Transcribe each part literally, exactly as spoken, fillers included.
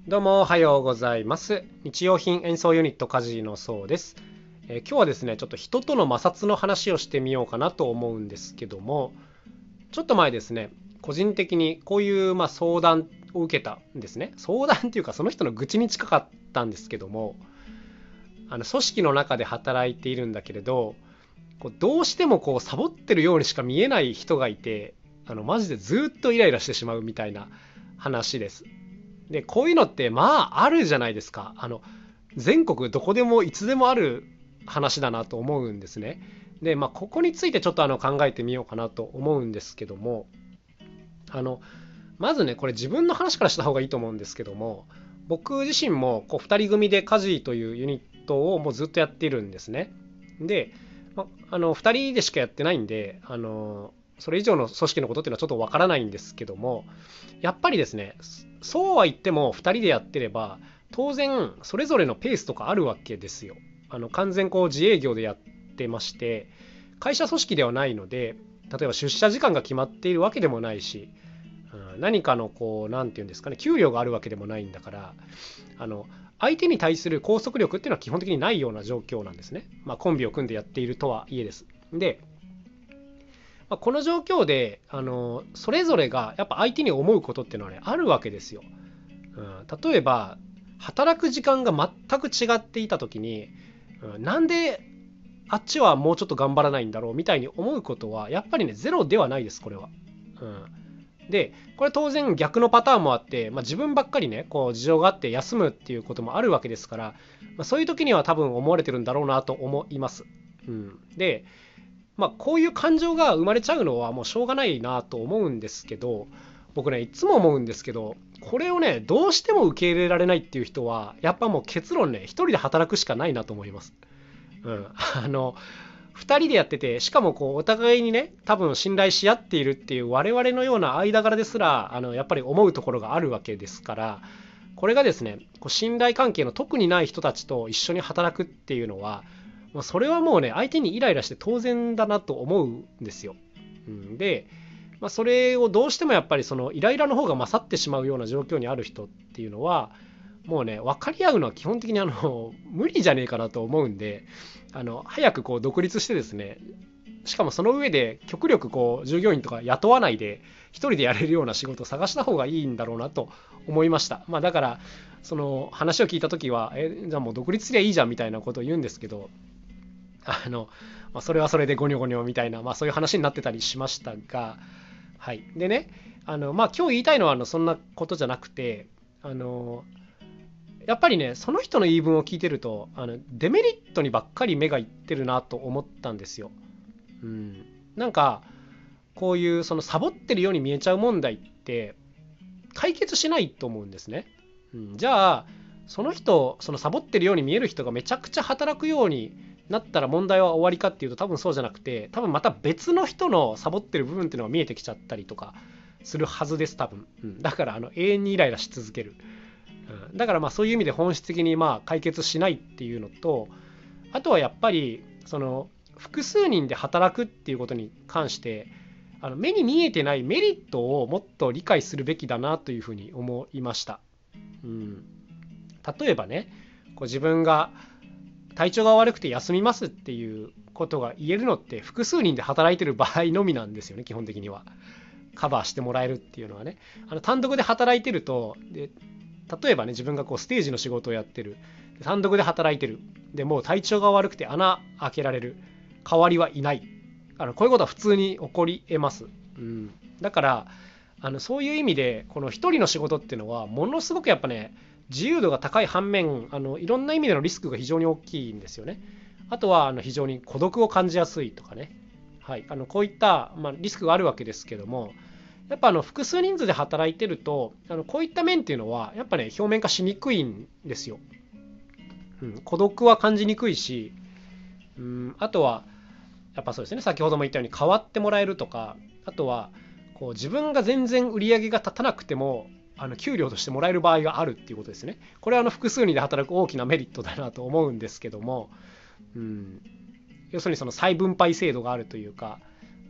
どうもおはようございます。日用品演奏ユニットカジのそうです。えー今日はですね、ちょっと人との摩擦の話をしてみようかなと思うんですけども、ちょっと前ですね、個人的にこういうまあ相談を受けたんですね。相談っていうかその人の愚痴に近かったんですけども、あの組織の中で働いているんだけれど、こうどうしてもこうサボってるようにしか見えない人がいて、あのマジでずっとイライラしてしまうみたいな話です。で、こういうのってまああるじゃないですか。あの全国どこでもいつでもある話だなと思うんですね。で、まあここについてちょっとあの考えてみようかなと思うんですけども、あのまずね、これ自分の話からした方がいいと思うんですけども、僕自身もこうふたり組でカジというユニットをもうずっとやっているんですね。で、まあのふたりでしかやってないんで、あのそれ以上の組織のことっていうのはちょっとわからないんですけども、やっぱりですね、そうは言ってもふたりでやってれば当然それぞれのペースとかあるわけですよ。あの完全こう自営業でやってまして、会社組織ではないので、例えば出社時間が決まっているわけでもないし、うん、何かのこう何て言うんですかね、給料があるわけでもないんだから、あの相手に対する拘束力っていうのは基本的にないような状況なんですね。まあ、コンビを組んでやっているとはいえです。で、まあ、この状況であのそれぞれがやっぱ相手に思うことっていうのはねあるわけですよ。うん、例えば働く時間が全く違っていた時に、うん、なんであっちはもうちょっと頑張らないんだろうみたいに思うことはやっぱりねゼロではないですこれは。うん、でこれ当然逆のパターンもあって、まあ、自分ばっかりねこう事情があって休むっていうこともあるわけですから、まあ、そういう時には多分思われてるんだろうなと思います。うん、で、まあ、こういう感情が生まれちゃうのはもうしょうがないなと思うんですけど、僕ねいつも思うんですけど、これをねどうしても受け入れられないっていう人はやっぱもう結論ね一人で働くしかないなと思います。うん、あのふたりでやってて、しかもこうお互いにね多分信頼し合っているっていう我々のような間柄ですらあのやっぱり思うところがあるわけですから、これがですねこう信頼関係の特にない人たちと一緒に働くっていうのは、まあ、それはもうね相手にイライラして当然だなと思うんですよ。うん、で、まあ、それをどうしてもやっぱりそのイライラの方が勝ってしまうような状況にある人っていうのはもうね分かり合うのは基本的にあの無理じゃねえかなと思うんで、あの早くこう独立してですね、しかもその上で極力こう従業員とか雇わないで一人でやれるような仕事を探した方がいいんだろうなと思いました。まあだからその話を聞いた時はえじゃあもう独立すりゃいいじゃんみたいなことを言うんですけど、あの、まあ、それはそれでゴニョゴニョみたいな、まあ、そういう話になってたりしましたが、はい。でね、あの、まあ、今日言いたいのは、あの、そんなことじゃなくて、あの、やっぱりね、その人の言い分を聞いてると、あの、デメリットにばっかり目がいってるなと思ったんですよ。うん。なんか、こういう、その、サボってるように見えちゃう問題って、解決しないと思うんですね。うん、じゃあ、その人、そのサボってるように見える人がめちゃくちゃ働くようになったら問題は終わりかっていうと多分そうじゃなくて、多分また別の人のサボってる部分っていうのが見えてきちゃったりとかするはずです多分。うん、だからあの永遠にイライラし続ける。うん、だからまあそういう意味で本質的にまあ解決しないっていうのと、あとはやっぱりその複数人で働くっていうことに関してあの目に見えてないメリットをもっと理解するべきだなというふうに思いました。うん、例えばね、こう自分が体調が悪くて休みますっていうことが言えるのって複数人で働いてる場合のみなんですよね、基本的には。カバーしてもらえるっていうのはね。あの単独で働いてると、で例えばね、自分がこうステージの仕事をやってる。単独で働いてる。でもう体調が悪くて穴開けられる。代わりはいない。あのこういうことは普通に起こり得ます。うん、だからあのそういう意味でこの一人の仕事っていうのはものすごくやっぱね自由度が高い反面あのいろんな意味でのリスクが非常に大きいんですよね。あとはあの非常に孤独を感じやすいとかね、はい、あのこういった、まあ、リスクがあるわけですけども、やっぱあの複数人数で働いてるとあのこういった面っていうのはやっぱね表面化しにくいんですよ。うん、孤独は感じにくいし、うん、あとはやっぱそうですね、先ほども言ったように変わってもらえるとか、あとはこう自分が全然売り上げが立たなくてもあの給料としてもらえる場合があるっていうことですね。これはあの複数人で働く大きなメリットだなと思うんですけども、うん、要するにその再分配制度があるというか、うん、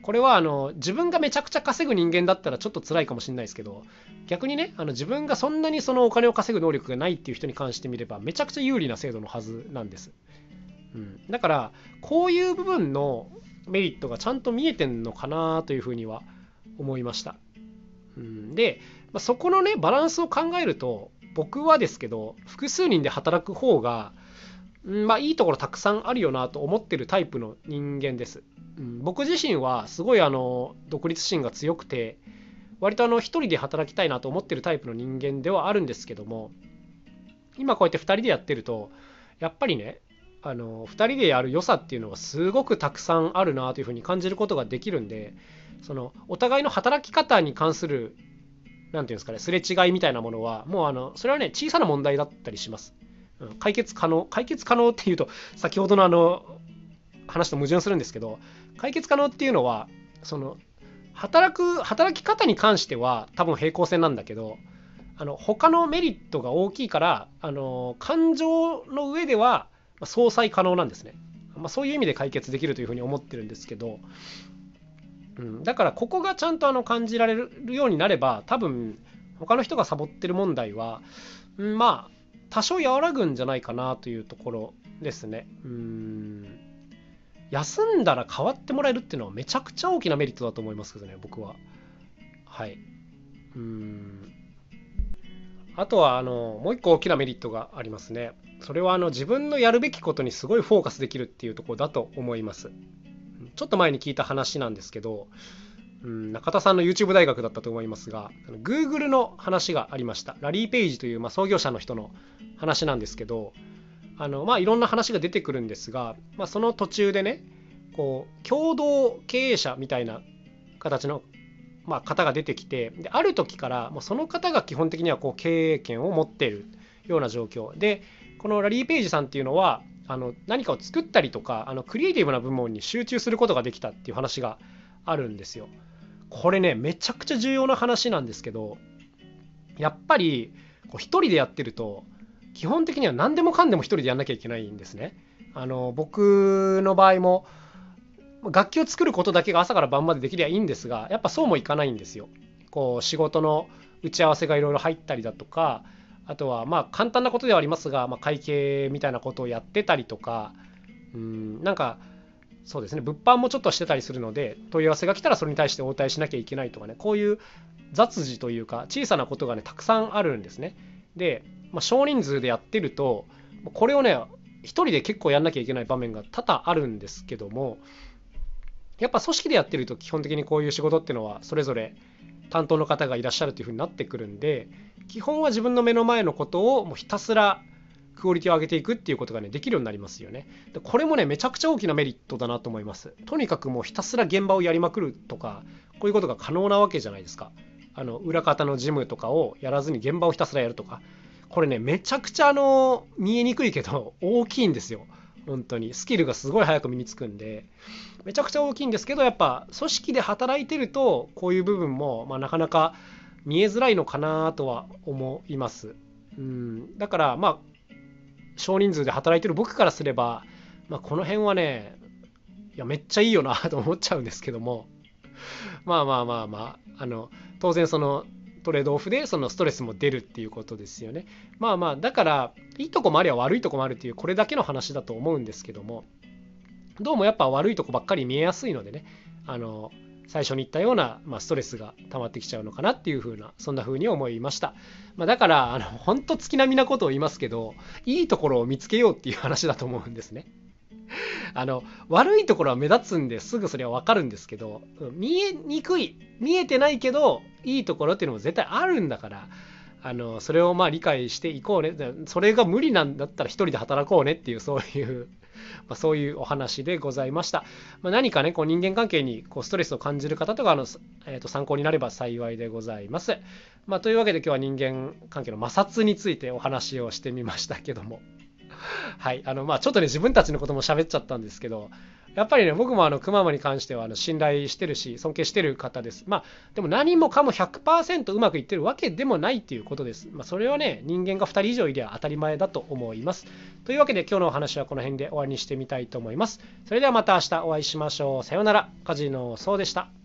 これはあの自分がめちゃくちゃ稼ぐ人間だったらちょっと辛いかもしれないですけど、逆にね、あの自分がそんなにそのお金を稼ぐ能力がないっていう人に関してみればめちゃくちゃ有利な制度のはずなんです。うん、だからこういう部分のメリットがちゃんと見えてんのかなというふうには思いました。うん、で、まあ、そこのねバランスを考えると、僕はですけど複数人で働く方が、うん、まあいいところたくさんあるよなと思ってるタイプの人間です。うん、僕自身はすごいあの独立心が強くて、割とあの一人で働きたいなと思ってるタイプの人間ではあるんですけども、今こうやってふたりでやってるとやっぱりね、あのふたりでやる良さっていうのがすごくたくさんあるなというふうに感じることができるんで、そのお互いの働き方に関するなんていうんですかね、すれ違いみたいなものはもうあのそれはね小さな問題だったりします。うん、解決可能解決可能っていうと先ほどのあの話と矛盾するんですけど、解決可能っていうのはその働く働き方に関しては多分平行線なんだけど、あの他のメリットが大きいから、あの感情の上では相殺可能なんですね。まあ、そういう意味で解決できるというふうに思ってるんですけど、うん、だからここがちゃんとあの感じられるようになれば、多分他の人がサボってる問題は、うん、まあ多少和らぐんじゃないかなというところですね。うん、休んだら代わってもらえるっていうのはめちゃくちゃ大きなメリットだと思いますけどね、僕は。はい。うん。あとはあのもう一個大きなメリットがありますね。それはあの自分のやるべきことにすごいフォーカスできるっていうところだと思います。ちょっと前に聞いた話なんですけど、うん、中田さんの YouTube 大学だったと思いますが、Google の話がありました。ラリー・ペイジという、まあ、創業者の人の話なんですけど、あの、まあ、いろんな話が出てくるんですが、まあ、その途中でね、こう共同経営者みたいな形の、まあ、方が出てきて、である時からもうその方が基本的にはこう経営権を持っているような状況で、このラリー・ペイジさんっていうのはあの何かを作ったりとか、あのクリエイティブな部門に集中することができたっていう話があるんですよ。これねめちゃくちゃ重要な話なんですけど、やっぱりこう一人でやってると基本的には何でもかんでも一人でやんなきゃいけないんですね。あの僕の場合も楽器を作ることだけが朝から晩までできりゃいいんですが、やっぱそうもいかないんですよ。こう仕事の打ち合わせがいろいろ入ったりだとか、あとはまあ簡単なことではありますが、まあ、会計みたいなことをやってたりとか、うん、なんかそうですね、物販もちょっとしてたりするので、問い合わせが来たらそれに対して応対しなきゃいけないとかね、こういう雑事というか小さなことがねたくさんあるんですね。で、まあ、少人数でやってるとこれをね一人で結構やんなきゃいけない場面が多々あるんですけども、やっぱ組織でやってると基本的にこういう仕事っていうのはそれぞれ担当の方がいらっしゃるというふうになってくるんで、基本は自分の目の前のことをもうひたすらクオリティを上げていくっていうことがねできるようになりますよね。でこれもねめちゃくちゃ大きなメリットだなと思います。とにかくもうひたすら現場をやりまくるとか、こういうことが可能なわけじゃないですか。あの裏方の事務とかをやらずに現場をひたすらやるとか、これねめちゃくちゃあの見えにくいけど大きいんですよ。本当にスキルがすごい早く身につくんでめちゃくちゃ大きいんですけど、やっぱ組織で働いてるとこういう部分も、まあ、なかなか見えづらいのかなとは思います。うん、だからまあ少人数で働いてる僕からすれば、まあ、この辺はねいやめっちゃいいよなと思っちゃうんですけども、まあまあまあまああの当然そのトレードオフでそのストレスも出るっていうことですよね。まあまあだからいいとこもありゃ悪いとこもあるっていうこれだけの話だと思うんですけども、どうもやっぱ悪いとこばっかり見えやすいのでね、あの最初に言ったような、まあ、ストレスが溜まってきちゃうのかなっていう風な、そんな風に思いました。まあ、だからあの本当月並みなことを言いますけど、いいところを見つけようっていう話だと思うんですね。あの悪いところは目立つんですぐそれは分かるんですけど、見えにくい見えてないけどいいところっていうのも絶対あるんだから、あのそれをまあ理解していこうね、それが無理なんだったら一人で働こうねっていう、そういうまあ、そういうお話でございました。まあ、何かねこう人間関係にこうストレスを感じる方とかあの、えー、と参考になれば幸いでございます。まあ、というわけで今日は人間関係の摩擦についてお話をしてみましたけども、 はい、あのまあちょっとね自分たちのことも喋っちゃったんですけど、やっぱりね僕もあのくままに関してはあの信頼してるし尊敬してる方です。まあでも何もかもひゃくパーセントうまくいってるわけでもないっていうことです。まあそれはね人間がふたり以上いれば当たり前だと思います。というわけで今日のお話はこの辺で終わりにしてみたいと思います。それではまた明日お会いしましょう。さようなら。カジノそうでした。